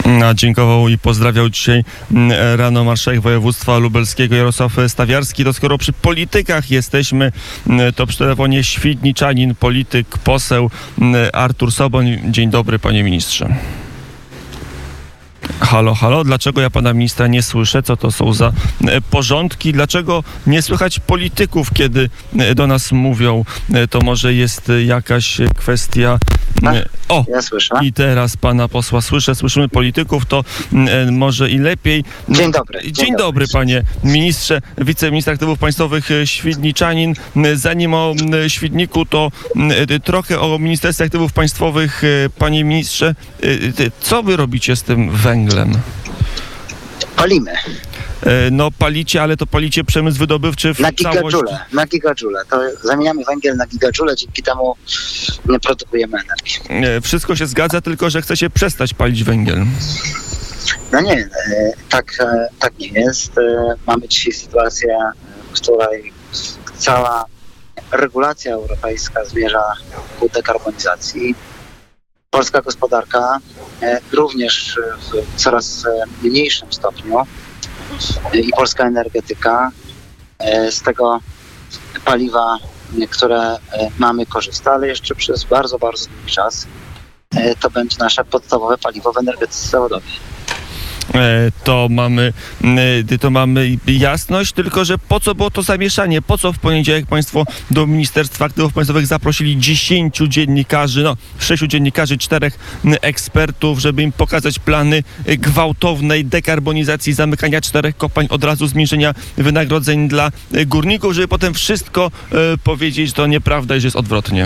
A dziękował i pozdrawiał dzisiaj rano marszałek województwa lubelskiego Jarosław Stawiarski. To skoro przy politykach jesteśmy, to przy telefonie świdniczanin, polityk, poseł Artur Soboń. Dzień dobry, panie ministrze. Halo, halo, dlaczego ja pana ministra nie słyszę? Co to są za porządki? Dlaczego nie słychać polityków, kiedy do nas mówią? To może jest jakaś kwestia... O, ja słyszę. I teraz pana posła słyszę, słyszymy polityków, to może i lepiej. Dzień dobry. Dzień dobry, panie ministrze, wiceminister aktywów państwowych świdniczanin. Zanim o Świdniku, to trochę o Ministerstwie Aktywów Państwowych. Panie ministrze, co wy robicie z tym węglem? Palimy. No palicie, ale to palicie przemysł wydobywczy w całości. Na gigadżule. To zamieniamy węgiel na gigadżule, dzięki temu nie produkujemy energii. Wszystko się zgadza, tylko że chcecie przestać palić węgiel. No nie, tak nie jest. Mamy dzisiaj sytuację, w której cała regulacja europejska zmierza ku dekarbonizacji. Polska gospodarka również w coraz mniejszym stopniu i polska energetyka z tego paliwa, które mamy, korzysta, ale jeszcze przez bardzo, bardzo długi czas to będzie nasze podstawowe paliwo w energetyce zawodowej. To mamy jasność, tylko że po co było to zamieszanie? Po co w poniedziałek państwo do Ministerstwa Aktywów Państwowych zaprosili 10 dziennikarzy, 6 dziennikarzy, 4 ekspertów, żeby im pokazać plany gwałtownej dekarbonizacji, zamykania 4 kopalń, od razu zmniejszenia wynagrodzeń dla górników, żeby potem wszystko powiedzieć, że to nieprawda i że jest odwrotnie?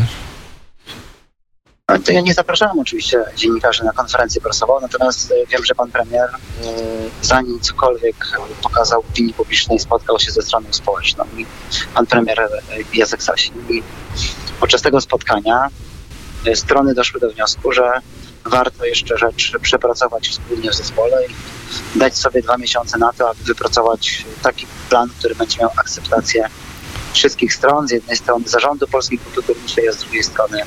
To ja nie zapraszałem oczywiście dziennikarzy na konferencję prasową, natomiast wiem, że pan premier, zanim cokolwiek pokazał opinii publicznej, spotkał się ze stroną społeczną i pan premier Jacek Sasin. I podczas tego spotkania strony doszły do wniosku, że warto jeszcze rzecz przepracować wspólnie w zespole i dać sobie 2 miesiące na to, aby wypracować taki plan, który będzie miał akceptację wszystkich stron. Z jednej strony zarządu Polskiej Grupy Górniczej, a z drugiej strony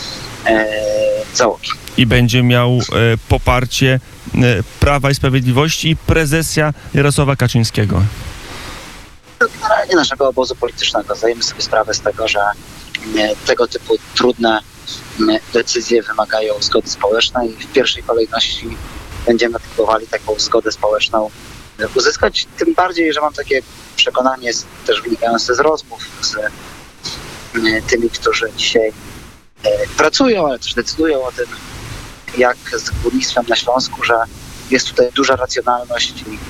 załogi. I będzie miał poparcie Prawa i Sprawiedliwości i prezesa Jarosława Kaczyńskiego. Generalnie naszego obozu politycznego. Zdajemy sobie sprawę z tego, że tego typu trudne decyzje wymagają zgody społecznej i w pierwszej kolejności będziemy próbowali taką zgodę społeczną uzyskać. Tym bardziej, że mam takie przekonanie, też wynikające z rozmów z tymi, którzy dzisiaj pracują, ale też decydują o tym, jak z górnictwem na Śląsku, że jest tutaj duża racjonalność i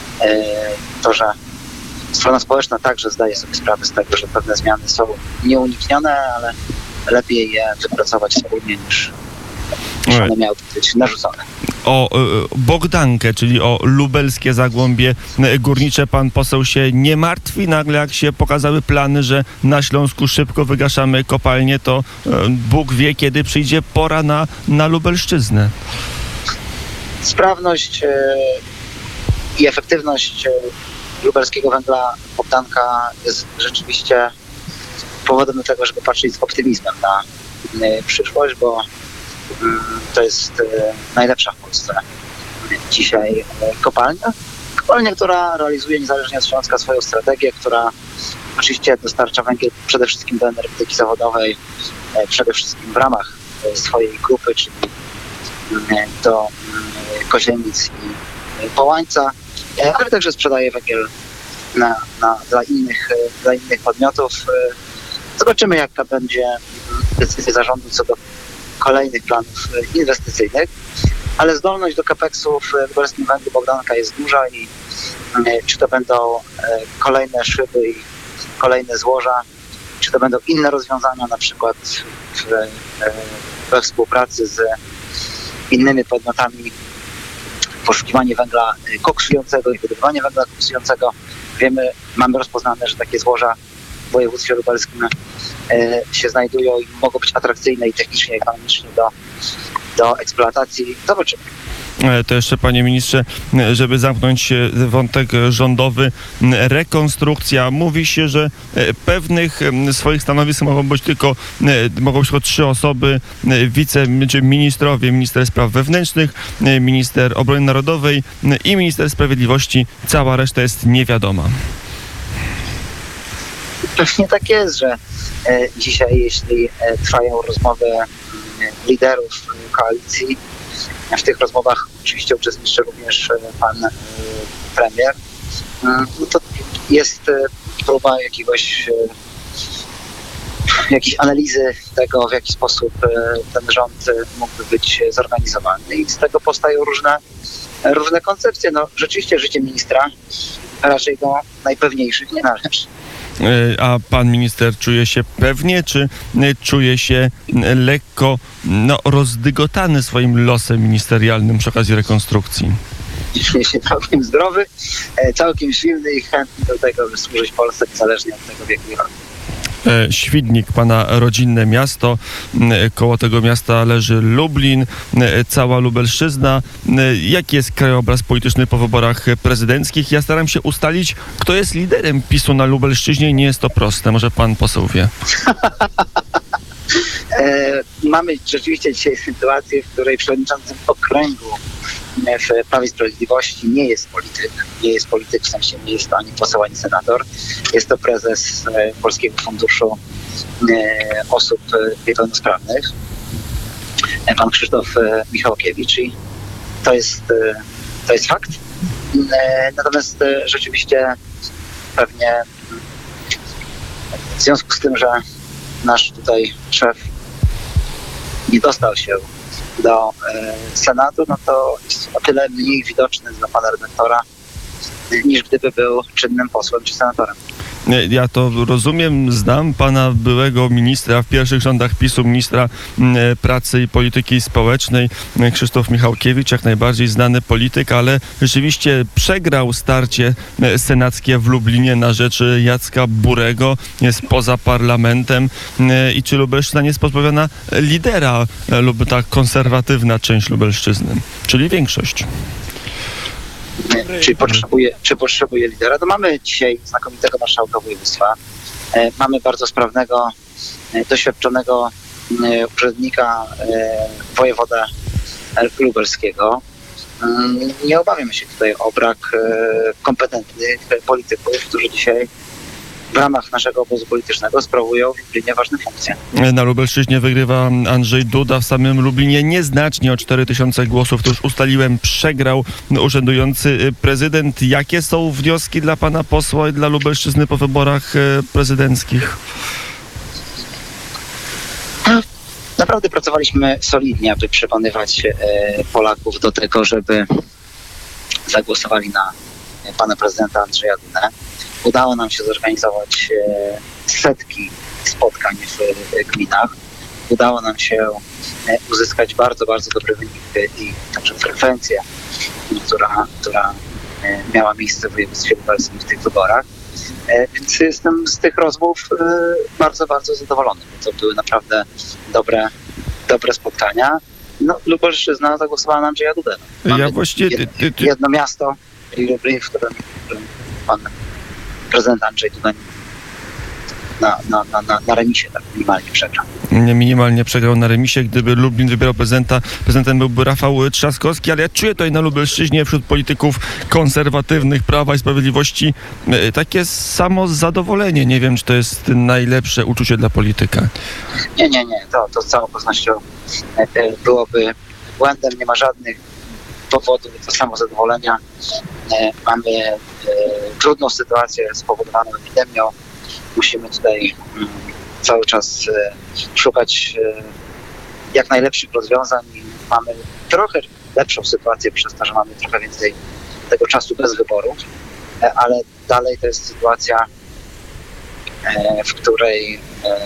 to, że strona społeczna także zdaje sobie sprawę z tego, że pewne zmiany są nieuniknione, ale lepiej je wypracować wspólnie niż one miały być narzucone. O Bogdankę, czyli o lubelskie zagłębie górnicze, pan poseł się nie martwi? Nagle jak się pokazały plany, że na Śląsku szybko wygaszamy kopalnie, to Bóg wie, kiedy przyjdzie pora na Lubelszczyznę. Sprawność i efektywność lubelskiego węgla Bogdanka jest rzeczywiście powodem do tego, żeby patrzeć z optymizmem na przyszłość, bo to jest najlepsza w Polsce dzisiaj kopalnia. Kopalnia, która realizuje niezależnie od Śląska swoją strategię, która oczywiście dostarcza węgiel przede wszystkim do energetyki zawodowej, przede wszystkim w ramach swojej grupy, czyli do Kozienic i Połańca, ale także sprzedaje węgiel dla innych podmiotów. Zobaczymy, jaka będzie decyzja zarządu co do kolejnych planów inwestycyjnych, ale zdolność do capex-u w lubelskim węglu Bogdanka jest duża i czy to będą kolejne szyby i kolejne złoża, czy to będą inne rozwiązania, na przykład we współpracy z innymi podmiotami, poszukiwanie węgla koksującego i wydobywanie węgla koksującego. Mamy rozpoznane, że takie złoża w województwie lubelskim się znajdują i mogą być atrakcyjne i technicznie, i ekonomicznie do eksploatacji. Zobaczymy. To jeszcze, panie ministrze, żeby zamknąć wątek rządowy, rekonstrukcja. Mówi się, że pewnych swoich stanowisk mogą być tylko 3 osoby, czy ministrowie, minister spraw wewnętrznych, minister obrony narodowej i minister sprawiedliwości. Cała reszta jest niewiadoma. Pewnie tak jest, że dzisiaj, jeśli trwają rozmowy liderów koalicji, w tych rozmowach oczywiście uczestniczy również pan premier, no to jest próba jakiejś analizy tego, w jaki sposób ten rząd mógłby być zorganizowany i z tego powstają różne koncepcje. No, rzeczywiście życie ministra raczej do najpewniejszych nie należy. A pan minister czuje się pewnie, czy czuje się lekko rozdygotany swoim losem ministerialnym przy okazji rekonstrukcji? Czuję się całkiem zdrowy, całkiem silny i chętny do tego, by służyć Polsce niezależnie od tego, w jakiej roli. Świdnik, pana rodzinne miasto. Koło tego miasta leży Lublin, cała Lubelszczyzna. Jaki jest krajobraz polityczny po wyborach prezydenckich? Ja staram się ustalić, kto jest liderem PiS-u na Lubelszczyźnie i nie jest to proste. Może pan poseł wie. Mamy rzeczywiście dzisiaj sytuację, w której przewodniczącym okręgu w Prawie i Sprawiedliwości nie jest polityk, w sensie nie jest to ani poseł, ani senator. Jest to prezes Polskiego Funduszu Osób Niepełnosprawnych, pan Krzysztof Michałkiewicz, i to jest fakt. Natomiast rzeczywiście pewnie w związku z tym, że nasz tutaj szef nie dostał się do Senatu, no to jest o tyle mniej widoczny dla pana redaktora, niż gdyby był czynnym posłem czy senatorem. Ja to rozumiem, znam pana byłego ministra w pierwszych rządach PiS-u, ministra pracy i polityki społecznej, Krzysztof Michałkiewicz, jak najbardziej znany polityk, ale rzeczywiście przegrał starcie senackie w Lublinie na rzecz Jacka Burego, jest poza parlamentem. I czy Lubelszczyzna nie jest pozbawiona lidera lub ta konserwatywna część Lubelszczyzny, czyli większość? Czy potrzebuje lidera? To mamy dzisiaj znakomitego marszałka województwa. Mamy bardzo sprawnego, doświadczonego urzędnika, wojewodę lubelskiego. Nie obawiam się tutaj o brak kompetentnych polityków, którzy dzisiaj w ramach naszego obozu politycznego sprawują w Lublinie ważne funkcje. Na Lubelszczyźnie wygrywa Andrzej Duda, w samym Lublinie nieznacznie o 4000 głosów, to już ustaliłem, przegrał urzędujący prezydent. Jakie są wnioski dla pana posła i dla Lubelszczyzny po wyborach prezydenckich? Naprawdę pracowaliśmy solidnie, aby przekonywać Polaków do tego, żeby zagłosowali na pana prezydenta Andrzeja Dudę. Udało nam się zorganizować setki spotkań w gminach. Udało nam się uzyskać bardzo, bardzo dobry wynik i także frekwencję, która miała miejsce w województwie lubelskim w tych wyborach. Więc jestem z tych rozmów bardzo, bardzo zadowolony. To były naprawdę dobre spotkania. No, Lubelszczyzna zagłosowała na Andrzeja Dudę. Mamy jedno miasto, Lublin, w którym pan prezydent Andrzej Duda na remisie tak minimalnie przegrał. Minimalnie przegrał na remisie. Gdyby Lublin wybierał prezydenta, prezydentem byłby Rafał Trzaskowski, ale ja czuję tutaj na Lubelszczyźnie wśród polityków konserwatywnych Prawa i Sprawiedliwości takie samo zadowolenie. Nie wiem, czy to jest najlepsze uczucie dla polityka. Nie. To z całą pewnością byłoby błędem. Nie ma żadnych powodów do samozadowolenia. Mamy trudną sytuację spowodowaną epidemią. Musimy tutaj cały czas szukać jak najlepszych rozwiązań i mamy trochę lepszą sytuację przez to, że mamy trochę więcej tego czasu bez wyborów, ale dalej to jest sytuacja, w której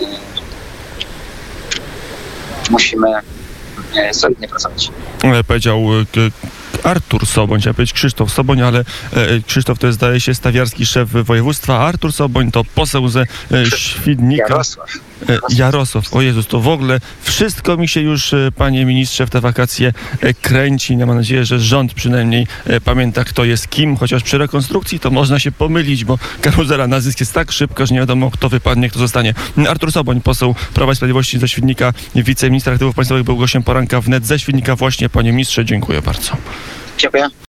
musimy solidnie pracować. Powiedział Artur Soboń, chciałem powiedzieć Krzysztof Soboń, ale Krzysztof to jest, zdaje się, stawiarski szef województwa, a Artur Soboń to poseł ze Świdnika. Jarosław. O Jezus, to w ogóle wszystko mi się już, panie ministrze, w te wakacje kręci. Mam nadzieję, że rząd przynajmniej pamięta, kto jest kim, chociaż przy rekonstrukcji to można się pomylić, bo karuzela nazwisk jest tak szybko, że nie wiadomo, kto wypadnie, kto zostanie. Artur Soboń, poseł Prawa i Sprawiedliwości ze Świdnika, wiceminister aktywów państwowych, był gościem poranka wnet ze Świdnika właśnie. Panie ministrze, dziękuję bardzo. Dziękuję.